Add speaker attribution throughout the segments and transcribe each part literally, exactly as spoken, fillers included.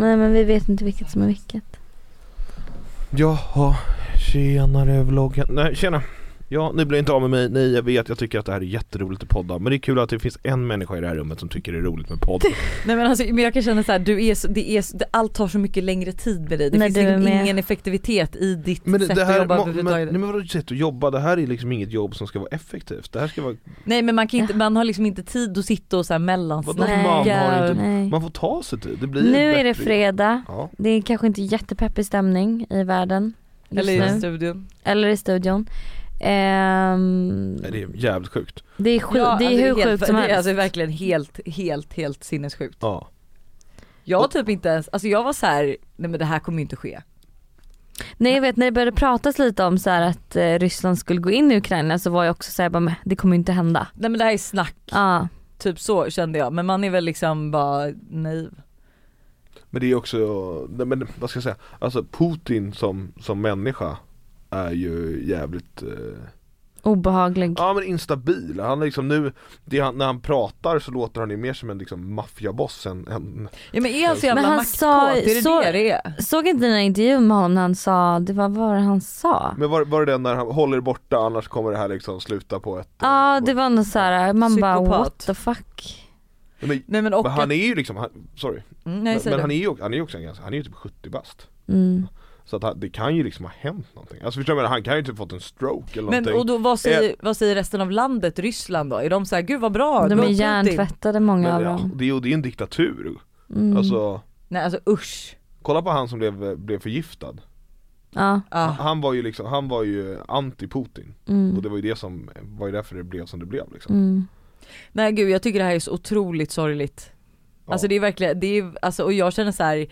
Speaker 1: Nej, men vi vet inte vilket som är vilket.
Speaker 2: Jaha, tjenare vloggen. Nej, tjena. Ja, ni blir inte av med mig. Nej, jag vet, jag tycker att det här är jätteroligt att podda. Men det är kul att det finns en människa i det här rummet som tycker det är roligt med podd.
Speaker 3: Nej, men alltså, men jag kan känna så här, du är så, det är det, allt tar så mycket längre tid med dig. Det
Speaker 1: Nej,
Speaker 3: finns
Speaker 1: du är
Speaker 3: ingen,
Speaker 1: med.
Speaker 3: ingen effektivitet i ditt
Speaker 2: Men det,
Speaker 3: sätt
Speaker 2: det här,
Speaker 3: att jobba.
Speaker 2: ma-
Speaker 3: överhuvudtaget.
Speaker 2: men, nej, men vadå sätt att jobba? Det här är liksom inget jobb som ska vara effektivt. Det här ska vara...
Speaker 3: Nej, men man kan inte, man har liksom inte tid att sitta och så här mellansnacka.
Speaker 2: Vadå, man, har inte,
Speaker 1: Nej.
Speaker 2: man får ta sig tid. Det blir
Speaker 1: Nu
Speaker 2: bättre.
Speaker 1: är det fredag.
Speaker 2: Ja.
Speaker 1: Det är kanske inte jättepeppig stämning i världen just
Speaker 3: Eller i
Speaker 1: nu.
Speaker 3: studion.
Speaker 1: Eller i studion. Ehm,
Speaker 2: Nej, det är jävligt sjukt.
Speaker 1: det är, sjuk,
Speaker 3: Ja,
Speaker 1: det är
Speaker 3: alltså,
Speaker 1: hur
Speaker 3: helt,
Speaker 1: sjukt som
Speaker 3: det
Speaker 1: helst.
Speaker 3: är alltså verkligen helt, helt, helt sinnessjukt.
Speaker 2: Ja.
Speaker 3: Jag har typ inte ens, alltså jag var så här, nej men det här kommer ju inte ske.
Speaker 1: Nej, jag vet, när det började pratas lite om så här att eh, Ryssland skulle gå in i Ukraina, så var jag också så här, bara, men det kommer ju inte hända.
Speaker 3: Nej, men det här är snack.
Speaker 1: Ja.
Speaker 3: Typ så kände jag, men man är väl liksom bara naiv.
Speaker 2: Men det är också, nej, men vad ska jag säga, alltså Putin som, som människa är ju jävligt eh,
Speaker 1: Obehaglig.
Speaker 2: ja men instabil. Han är liksom nu, det han, när han pratar så låter han ju mer som en liksom maffiaboss än, än
Speaker 3: Ja, men är han så jävla
Speaker 1: Men han
Speaker 3: maktkåt?
Speaker 1: sa-
Speaker 3: Är det
Speaker 1: så-
Speaker 3: det det är?
Speaker 1: Såg inte den här intervjun med honom när han sa, det var vad var det han sa?
Speaker 2: Men var, var det den när han håller borta, annars kommer det här liksom sluta på ett
Speaker 1: Ja,
Speaker 2: på,
Speaker 1: det var nog så här, man bara
Speaker 3: Psykopat.
Speaker 1: what the fuck.
Speaker 2: men,
Speaker 3: Nej, men och
Speaker 2: men han är ju liksom, han, sorry
Speaker 3: Mm, nej,
Speaker 2: men,
Speaker 3: säg
Speaker 2: men
Speaker 3: det.
Speaker 2: han är ju han är ju också en ganska, han är ju typ sjuttio bast.
Speaker 1: Mm.
Speaker 2: Så att han, det kan ju liksom ha hänt någonting. Alltså förstår du, han kan ju typ fått en stroke eller
Speaker 3: Men
Speaker 2: någonting.
Speaker 3: och då, vad, säger, vad säger resten av landet, Ryssland då? Är de så här, gud vad bra?
Speaker 1: De
Speaker 3: go
Speaker 1: är
Speaker 3: Putin.
Speaker 1: hjärntvättade många
Speaker 2: Men,
Speaker 1: av
Speaker 2: ja,
Speaker 1: dem.
Speaker 2: det är ju det är en diktatur.
Speaker 1: Mm.
Speaker 2: Alltså
Speaker 3: Nej, alltså usch.
Speaker 2: kolla på han som blev, blev förgiftad.
Speaker 1: Ja.
Speaker 3: Ah.
Speaker 2: Han var ju liksom, han var ju anti-Putin.
Speaker 1: Mm.
Speaker 2: Och det var ju det som, var ju därför det blev som det blev liksom.
Speaker 1: Mm.
Speaker 3: Nej gud, jag tycker det här är så otroligt sorgligt.
Speaker 2: Ja.
Speaker 3: Alltså det är verkligen, det är, alltså, och jag känner så här.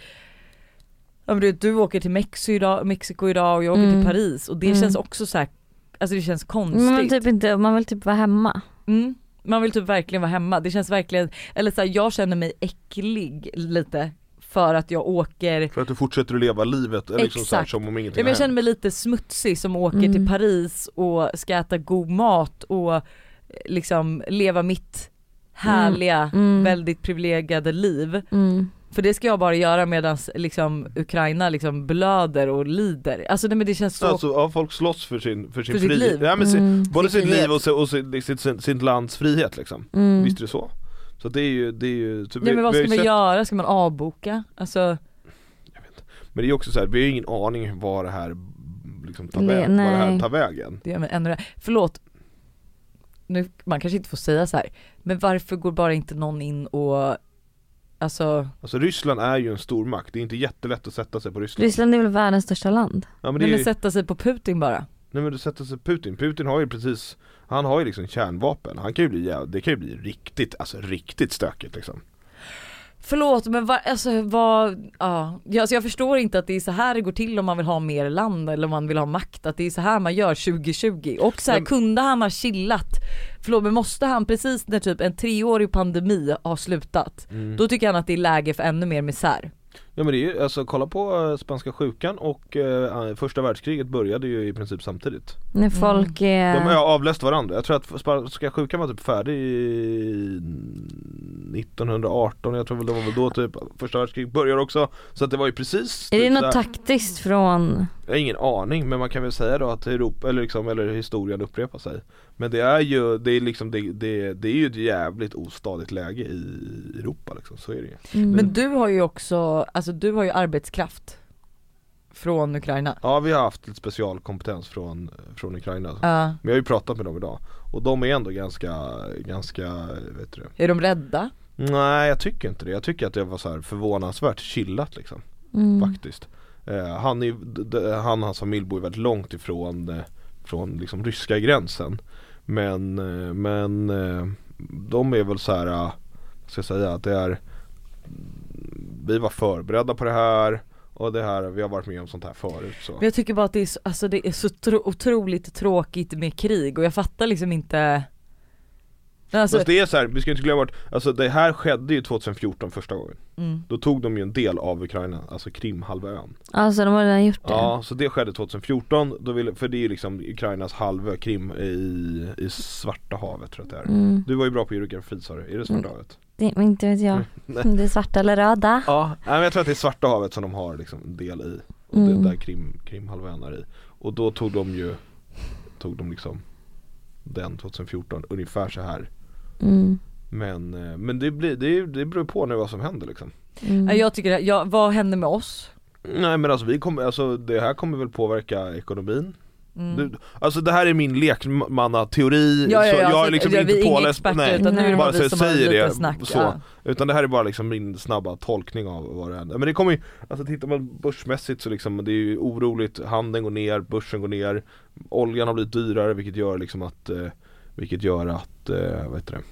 Speaker 3: Ja, men du, du åker till Mexiko idag, Mexiko idag och jag åker
Speaker 1: Mm.
Speaker 3: till Paris. Och det
Speaker 1: Mm.
Speaker 3: känns också så här, alltså det känns konstigt.
Speaker 1: Men man, typ inte, man vill typ vara hemma.
Speaker 3: Mm. Man vill typ verkligen vara hemma. Det känns verkligen, eller så här, jag känner mig äcklig lite för att jag åker.
Speaker 2: För att du fortsätter att leva livet liksom så här,
Speaker 3: Exakt.
Speaker 2: som om ingenting
Speaker 3: Ja, men jag
Speaker 2: har
Speaker 3: känner
Speaker 2: hänt.
Speaker 3: mig lite smutsig som åker
Speaker 1: Mm.
Speaker 3: till Paris och ska äta god mat och eh, liksom leva mitt härliga,
Speaker 1: Mm.
Speaker 3: väldigt privilegierade liv.
Speaker 1: Mm.
Speaker 3: För det ska jag bara göra medan liksom Ukraina liksom blöder och lider. Alltså nej, men det känns så.
Speaker 2: Alltså, ja, folk slåss för sin, för sin
Speaker 3: För sitt
Speaker 2: fri...
Speaker 3: liv.
Speaker 2: Ja, men sin,
Speaker 1: Mm.
Speaker 2: både
Speaker 3: Sin
Speaker 2: sitt
Speaker 3: frihet.
Speaker 2: liv och, sin, och sin, sitt, sitt, sitt lands frihet liksom.
Speaker 1: Mm.
Speaker 2: Visst är det så? Så det är ju, det är ju så
Speaker 3: Nej, men vad
Speaker 2: vi har
Speaker 3: ska
Speaker 2: ju
Speaker 3: man
Speaker 2: sett-
Speaker 3: göra? Ska man avboka? Alltså
Speaker 2: Men det är också så här, vi har ju ingen aning var det här liksom tar,
Speaker 1: Le-
Speaker 2: väg, var det här
Speaker 1: nej.
Speaker 2: tar vägen.
Speaker 3: det gör mig ännu. Förlåt. Nu, man kanske inte får säga så här. Men varför går bara inte någon in och alltså.
Speaker 2: Alltså Ryssland är ju en stor makt. Det är inte jättelätt att sätta sig på Ryssland.
Speaker 1: Ryssland är väl världens största land?
Speaker 2: Ja, men det
Speaker 3: Nej,
Speaker 2: är
Speaker 3: men
Speaker 2: ju,
Speaker 3: sätta sig på Putin bara.
Speaker 2: nej men du sätter sig Putin. Putin har ju precis, han har ju liksom kärnvapen. Han kan ju bli, ja, det kan ju bli riktigt, alltså riktigt stökigt liksom.
Speaker 3: Förlåt, men var, alltså, vad, ja. Jag, alltså, jag förstår inte att det är så här det går till om man vill ha mer land eller om man vill ha makt, att det är så här man gör tjugo tjugo. Och så här,
Speaker 2: Men-
Speaker 3: kunde han ha chillat, förlåt men måste han precis när typ en treårig pandemi har slutat,
Speaker 2: Mm.
Speaker 3: då tycker han att det är läge för ännu mer misär.
Speaker 2: Ja men det är ju, alltså kolla på eh, spanska sjukan och eh, första världskriget började ju i princip samtidigt.
Speaker 1: När folk är...
Speaker 2: De har avlöst varandra. Jag tror att spanska sjukan var typ färdig i nittonhundraarton. Jag tror väl det var väl då typ första världskriget började också. Så att det var ju precis
Speaker 1: Är det
Speaker 2: typ
Speaker 1: något
Speaker 2: så här-
Speaker 1: taktiskt från...
Speaker 2: Jag har ingen aning, men man kan väl säga då att Europa, eller liksom, eller historien upprepar sig. Men det är ju, det är liksom, det, det, det är ju ett jävligt ostadigt läge i Europa liksom, så är det ju.
Speaker 1: Mm.
Speaker 3: Men du har ju också, alltså du har ju arbetskraft från Ukraina.
Speaker 2: Ja, vi har haft lite specialkompetens från, från Ukraina.
Speaker 3: Ja.
Speaker 2: Men jag har ju pratat med dem idag. Och de är ändå ganska, ganska, vet du det?
Speaker 3: Är de rädda?
Speaker 2: Nej, jag tycker inte det. Jag tycker att det var så här förvånansvärt chillat liksom,
Speaker 1: Mm.
Speaker 2: faktiskt. Eh, han, är, d- d- han och hans familj bor ju väldigt långt ifrån eh, från liksom ryska gränsen. Men, eh, men eh, de är väl så här, eh, ska jag säga att det är, vi var förberedda på det här. Och det här, vi har varit med om sånt här förut så.
Speaker 3: Men jag tycker bara att det är så, alltså det är så tro, otroligt tråkigt med krig och jag fattar liksom inte. Alltså,
Speaker 2: Fast det är så här, vi ska inte glömma bort, alltså det här skedde ju tjugohundrafjorton första gången.
Speaker 3: mm.
Speaker 2: Då tog de ju en del av Ukraina, alltså Krimhalvön.
Speaker 1: Alltså de har redan gjort det.
Speaker 2: Ja, så det skedde tjugohundrafjorton, då ville, för det är ju liksom Ukrainas halvö, Krim i, i Svarta havet tror jag att det är.
Speaker 1: Mm.
Speaker 2: Du var ju bra på geografi, sa du, är det Svarta
Speaker 1: Mm.
Speaker 2: havet?
Speaker 1: Det är inte vet jag.
Speaker 2: Nej.
Speaker 1: Det är svarta eller röda.
Speaker 2: Ja, nej, men jag tror att det är Svarta havet som de har liksom en del i. Och
Speaker 1: Mm.
Speaker 2: det där Krim, Krimhalvön är i. Och då tog de ju tog de liksom den tjugohundrafjorton ungefär så här.
Speaker 1: Mm.
Speaker 2: Men, eh, men det, blir, det, det beror på nu vad som händer liksom.
Speaker 1: Mm.
Speaker 3: Jag tycker, det- ja, vad händer med oss?
Speaker 2: Nej men alltså vi kommer, alltså det här kommer väl påverka ekonomin.
Speaker 3: Mm.
Speaker 2: Du, alltså det här är min lekmannateori,
Speaker 3: Ja, ja,
Speaker 2: så
Speaker 3: ja,
Speaker 2: jag är
Speaker 3: alltså,
Speaker 2: liksom
Speaker 3: ja,
Speaker 2: inte
Speaker 3: vi är inga
Speaker 2: påläst,
Speaker 3: experter,
Speaker 2: nej,
Speaker 3: utan nu är det
Speaker 2: bara
Speaker 3: bara
Speaker 2: så
Speaker 3: vi
Speaker 2: jag
Speaker 3: som har
Speaker 2: säger
Speaker 3: lite
Speaker 2: det
Speaker 3: snack,
Speaker 2: så.
Speaker 3: ja.
Speaker 2: Utan det här är bara liksom min snabba tolkning av vad det händer. Men det kommer ju, alltså tittar man börsmässigt så liksom det är ju oroligt, handeln går ner, börsen går ner, oljan har blivit dyrare vilket gör liksom att eh, vilket gör att eh, vad heter det?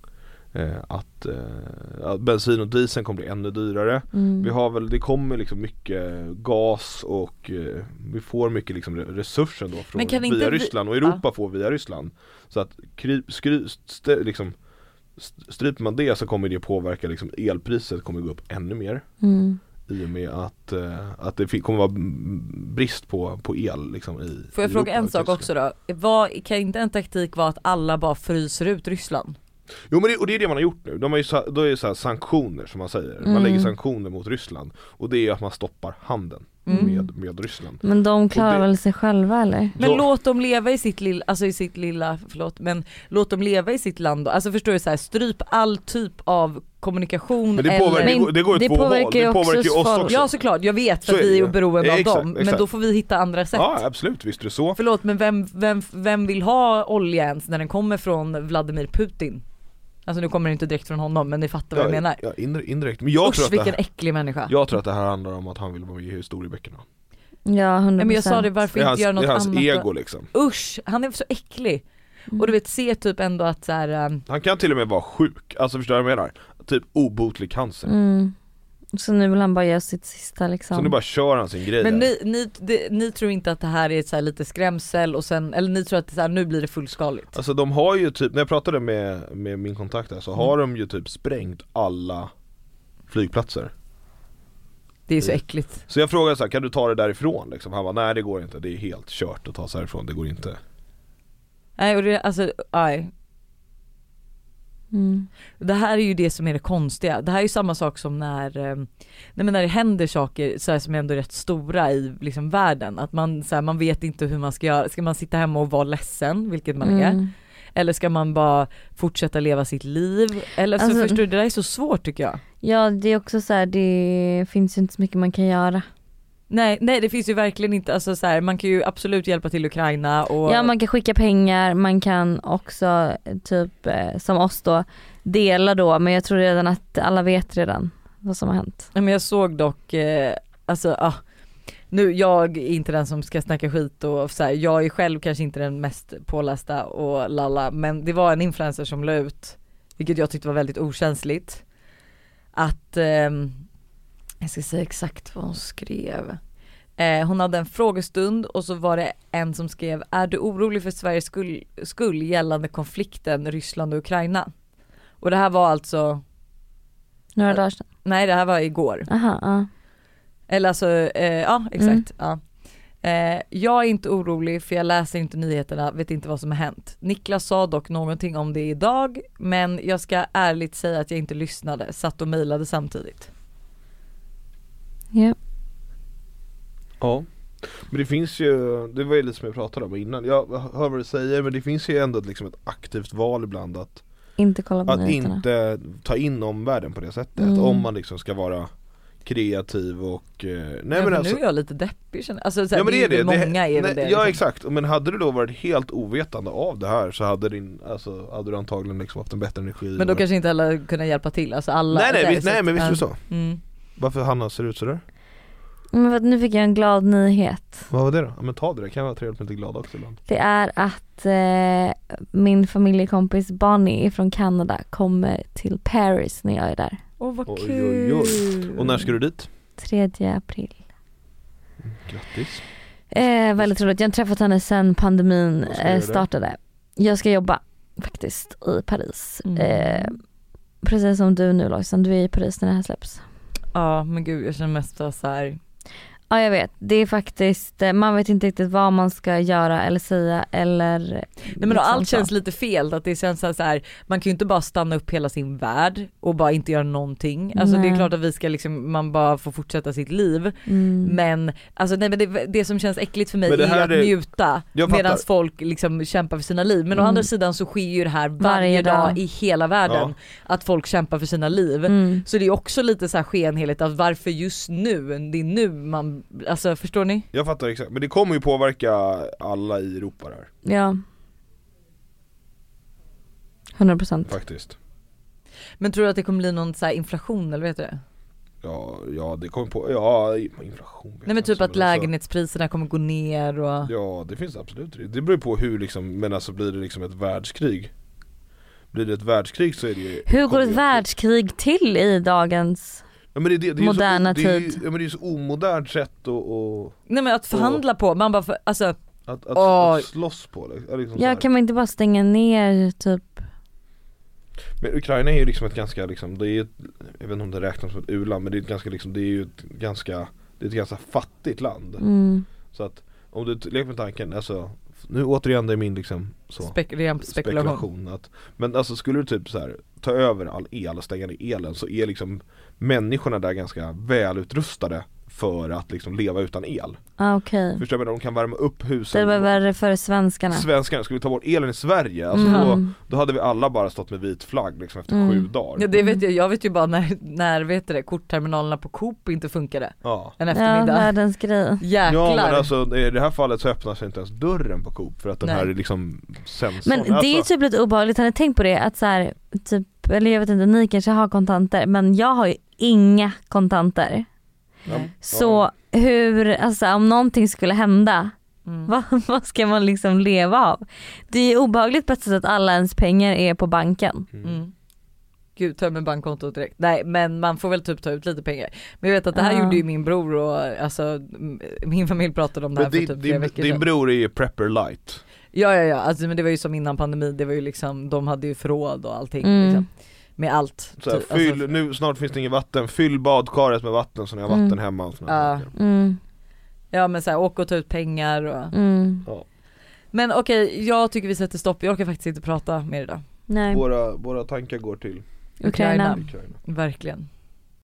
Speaker 2: Eh, att, eh, att bensin och diesel kommer bli ännu dyrare.
Speaker 1: Mm.
Speaker 2: Vi har väl, det kommer liksom mycket gas och eh, vi får mycket liksom resurser då från,
Speaker 3: Men kan
Speaker 2: via
Speaker 3: inte vi-
Speaker 2: Ryssland och Europa får via Ryssland. Så att kry, skry, st, liksom, st- stryper man det så kommer det påverka liksom, elpriset kommer gå upp ännu mer.
Speaker 1: Mm.
Speaker 2: I och med att, eh, att det fi- kommer vara brist på, på el liksom, i
Speaker 3: Får jag
Speaker 2: i
Speaker 3: fråga
Speaker 2: Europa
Speaker 3: en
Speaker 2: och
Speaker 3: sak
Speaker 2: Tyskland.
Speaker 3: också då? Vad, kan inte en taktik vara att alla bara fryser ut Ryssland?
Speaker 2: Jo men det, och det är det man har gjort nu. De har ju, sa- då är det så här sanktioner som man säger. Man
Speaker 1: Mm.
Speaker 2: lägger sanktioner mot Ryssland. Och det är att man stoppar handeln
Speaker 3: Mm.
Speaker 2: med, med Ryssland.
Speaker 1: Men de klarar
Speaker 2: Och det-
Speaker 1: väl sig själva eller?
Speaker 3: Men
Speaker 2: Ja.
Speaker 3: låt dem leva i sitt lilla, alltså i sitt lilla, förlåt, men låt dem leva i sitt land då. Alltså förstår du så här, stryp all typ av kommunikation
Speaker 2: Men det,
Speaker 3: eller...
Speaker 2: påverkar, det,
Speaker 1: Men
Speaker 2: går, det går åt
Speaker 1: det
Speaker 2: två håll.
Speaker 1: påverkar ju
Speaker 2: Det påverkar ju
Speaker 1: också
Speaker 2: oss
Speaker 1: folk.
Speaker 2: också.
Speaker 3: Ja såklart, jag vet för
Speaker 2: Så
Speaker 3: att
Speaker 2: är
Speaker 3: vi
Speaker 2: det
Speaker 3: är
Speaker 2: ju.
Speaker 3: beroende
Speaker 2: Ja,
Speaker 3: av
Speaker 2: exakt,
Speaker 3: dem, men
Speaker 2: exakt.
Speaker 3: då får vi hitta andra sätt.
Speaker 2: Ja absolut, visst är det så.
Speaker 3: Förlåt men vem, vem, vem vill ha olja ens när den kommer från Vladimir Putin? Alltså nu kommer det inte direkt från honom men ni fattar vad jag menar.
Speaker 2: Ja, indir- indirekt. Men jag tror,
Speaker 3: Usch
Speaker 2: att det
Speaker 3: vilken
Speaker 2: här,
Speaker 3: äcklig människa.
Speaker 2: jag tror att det här handlar om att han vill vara med i historieböckerna.
Speaker 1: Ja, hundra procent.
Speaker 3: Nej, men jag sa det, varför
Speaker 2: Det är
Speaker 3: inte
Speaker 2: hans,
Speaker 3: göra
Speaker 2: det
Speaker 3: något
Speaker 2: är hans
Speaker 3: annat?
Speaker 2: ego liksom.
Speaker 3: Usch, han är så äcklig.
Speaker 1: Mm.
Speaker 3: Och du vet, se typ ändå att så här, um,
Speaker 2: Han kan till och med vara sjuk. Alltså förstår du vad jag menar? Typ obotlig cancer.
Speaker 1: Mm. Så nu vill han bara göra sitt sista liksom.
Speaker 2: Så nu bara kör han sin grej.
Speaker 3: men
Speaker 2: där.
Speaker 3: ni, ni, det, ni tror inte att det här är så här lite skrämsel och sen, eller ni tror att det så här, nu blir det fullskaligt?
Speaker 2: Alltså de har ju typ, när jag pratade med, med min kontakt där så
Speaker 3: Mm.
Speaker 2: har de ju typ sprängt alla flygplatser.
Speaker 3: Det är så äckligt.
Speaker 2: Så jag frågade så här, kan du ta det därifrån liksom? Han bara, nej det går inte, det är helt kört att ta sig härifrån, det går inte.
Speaker 3: Nej och det, alltså, aj.
Speaker 1: Mm.
Speaker 3: Det här är ju det som är det konstiga. Det här är ju samma sak som när, eh, nej men när det händer saker så här, som är ändå rätt stora i liksom, världen. Att man, så här, man vet inte hur man ska göra. Ska man sitta hemma och vara ledsen, vilket man är?
Speaker 1: Mm.
Speaker 3: Eller ska man bara fortsätta leva sitt liv? Eller så
Speaker 1: Alltså-
Speaker 3: förstår du, det där är så svårt tycker jag.
Speaker 1: Ja, det är också så här, det finns ju inte så mycket man kan göra.
Speaker 3: Nej, nej det finns ju verkligen inte, alltså så här, man kan ju absolut hjälpa till Ukraina och
Speaker 1: Ja, man kan skicka pengar, man kan också typ eh, som oss då dela då, men jag tror redan att alla vet redan vad som har hänt.
Speaker 3: Nej, men jag såg dock, eh, alltså ah, nu jag är inte den som ska snacka skit och så här, jag är själv kanske inte den mest pålästa och lalla, men det var en influencer som la ut, vilket jag tyckte var väldigt okänsligt, att ehm, jag ska säga exakt vad hon skrev. Eh, hon hade en frågestund och så var det en som skrev: är du orolig för Sveriges skull, skull gällande konflikten Ryssland och Ukraina? Och det här var alltså,
Speaker 1: Några dagar sedan.
Speaker 3: nej det här var igår.
Speaker 1: Aha, ja.
Speaker 3: Eller alltså, eh, ja exakt.
Speaker 1: Mm.
Speaker 3: Ja. Eh, jag är inte orolig för jag läser inte nyheterna, vet inte vad som har hänt. Niklas sa dock någonting om det idag, men jag ska ärligt säga att jag inte lyssnade, satt och mejlade samtidigt.
Speaker 1: Ja.
Speaker 2: Ja. Men det finns ju, det var ju lite som jag pratade om innan. Jag hör vad du säger, men det finns ju ändå liksom ett aktivt val ibland att,
Speaker 1: Inte kolla på
Speaker 2: att
Speaker 1: nyheterna.
Speaker 2: inte ta in omvärlden på det sättet.
Speaker 1: Mm.
Speaker 2: Om man liksom ska vara kreativ och eh, nej
Speaker 3: Nej,
Speaker 2: men
Speaker 3: men
Speaker 2: alltså,
Speaker 3: nu är jag lite deppig känner jag. Alltså, så här,
Speaker 2: ja, men det är det.
Speaker 3: väl
Speaker 2: det,
Speaker 3: många är väl
Speaker 2: nej,
Speaker 3: det.
Speaker 2: Ja
Speaker 3: liksom.
Speaker 2: exakt, men hade du då varit helt ovetande av det här så hade din, alltså, hade du antagligen liksom haft en bättre energi.
Speaker 3: Men då
Speaker 2: och,
Speaker 3: kanske inte alla kunna hjälpa till, alltså alla.
Speaker 2: nej nej,
Speaker 3: där,
Speaker 2: visst,
Speaker 3: så
Speaker 2: nej
Speaker 3: att-
Speaker 2: men visst är det
Speaker 3: ja.
Speaker 2: så.
Speaker 3: Mm.
Speaker 2: Varför Hanna ser ut sådär?
Speaker 1: Men vad- nu fick jag en glad nyhet.
Speaker 2: Vad var det då? Ja, men ta det, det kan vara trevligt med lite glad också ibland.
Speaker 1: Det är att eh, min familjekompis Bonnie från Kanada kommer till Paris när jag är där.
Speaker 3: Åh vad
Speaker 2: Oj,
Speaker 3: kul.
Speaker 2: oj, oj. Och när ska du dit?
Speaker 1: tredje april.
Speaker 2: Grattis.
Speaker 1: Eh, väldigt roligt. Jag har inte träffat henne sedan pandemin
Speaker 2: Vad ska du
Speaker 1: eh,
Speaker 2: göra?
Speaker 1: startade. Jag ska jobba faktiskt i Paris.
Speaker 3: Mm.
Speaker 1: Eh, precis som du nu Lojsan, du är i Paris när det här släpps.
Speaker 3: Ja men gud jag känner mest så här.
Speaker 1: Ja jag vet, det är faktiskt, man vet inte riktigt vad man ska göra eller säga eller
Speaker 3: Nej men liksom allt känns lite fel, att det känns så här, man kan ju inte bara stanna upp hela sin värld och bara inte göra någonting. Alltså nej. Det är klart att vi ska liksom, man bara får fortsätta sitt liv. Mm. Men alltså nej men det, det som känns äckligt för mig är att är... njuta medan folk liksom kämpar för sina liv. Men mm. å andra sidan så sker ju det här varje, varje dag. dag i hela världen, ja. Att folk kämpar för sina liv. Mm. Så det är också lite så här skenheligt att varför just nu, det är nu man, alltså förstår ni?
Speaker 2: Jag fattar exakt, men det kommer ju påverka alla i Europa där.
Speaker 1: Ja. hundra procent.
Speaker 2: Faktiskt.
Speaker 3: Men tror du att det kommer bli någon så här inflation eller vet du det?
Speaker 2: Ja, ja det kommer på, ja inflation.
Speaker 3: Nej men typ att lägenhetspriserna alltså, kommer gå ner och...
Speaker 2: Ja det finns absolut, det beror på hur liksom, men alltså blir det liksom ett världskrig. Blir det ett världskrig så är det ju...
Speaker 1: Hur går ett världskrig till i dagens...
Speaker 2: Ja, men det, det, det
Speaker 1: moderna
Speaker 2: så, det är,
Speaker 1: tid.
Speaker 2: Ja, men det är så omodernt sätt och, och
Speaker 3: nej men att förhandla och, på, man bara för, alltså
Speaker 2: att, att, att slåss på det liksom
Speaker 1: ja kan man inte bara stänga ner typ.
Speaker 2: Men Ukraina är ju liksom ett ganska liksom, det är ett, jag vet inte om det räknas som ett u-land, men det är ett ganska liksom, det är ju ett ganska, det är ett ganska fattigt land.
Speaker 1: Mm.
Speaker 2: Så att om du leker med tanken, alltså nu återigen det är min liksom så
Speaker 3: Spek- spekulation,
Speaker 2: spekulation att, men alltså skulle du typ så här ta över all el och stänga ner elen så är liksom människorna där ganska välutrustade för att liksom leva utan el.
Speaker 1: Ah, okej. Okay.
Speaker 2: Förstår du, de kan värma upp husen.
Speaker 1: Det var värre för svenskarna.
Speaker 2: Svenskarna, skulle vi ta bort elen i Sverige alltså mm. då, då hade vi alla bara stått med vit flagg liksom efter mm. sju dagar.
Speaker 3: Ja det vet jag, jag vet ju bara när, när vet det, kortterminalerna på Coop inte funkade.
Speaker 2: Ja.
Speaker 3: En eftermiddag.
Speaker 1: Ja, världens grej.
Speaker 3: Jäklar.
Speaker 2: Ja men alltså i det här fallet så öppnas inte ens dörren på Coop för att den Nej. här är liksom sensorn.
Speaker 1: Men det
Speaker 2: alltså.
Speaker 1: är typ lite obehagligt, har ni tänkt på det? Att så här, typ, eller jag vet inte, ni kanske har kontanter men jag har ju inga kontanter. Ja. Så hur, alltså om någonting skulle hända mm. vad, vad ska man liksom leva av? Det är obehagligt på ett sätt att alla ens pengar är på banken.
Speaker 3: Mm. Mm. Gud, tömmer bankkontot direkt. Nej, men man får väl typ ta ut lite pengar. Men jag vet att det här uh. gjorde ju min bror och alltså min familj pratade om det här
Speaker 2: men
Speaker 3: för typ
Speaker 2: din,
Speaker 3: tre veckor
Speaker 2: din
Speaker 3: sedan.
Speaker 2: bror är ju prepper light.
Speaker 3: Ja, ja, ja. Alltså, men det var ju som innan pandemi. Det var ju liksom, de hade ju förråd och allting
Speaker 1: mm.
Speaker 3: liksom. Med allt.
Speaker 2: Så här, fyll, alltså, nu snart finns det inget vatten. Fyll badkaret med vatten så ni har vatten mm. hemma.
Speaker 3: Ja. Mm. Ja men så här, åka och ta ut pengar och...
Speaker 1: Mm.
Speaker 2: Ja.
Speaker 3: Men okej, okay, jag tycker vi sätter stopp. Jag orkar faktiskt inte prata mer idag.
Speaker 1: Nej.
Speaker 2: Våra, våra tankar går till
Speaker 3: Ukraina.
Speaker 2: Ukraina.
Speaker 3: Verkligen.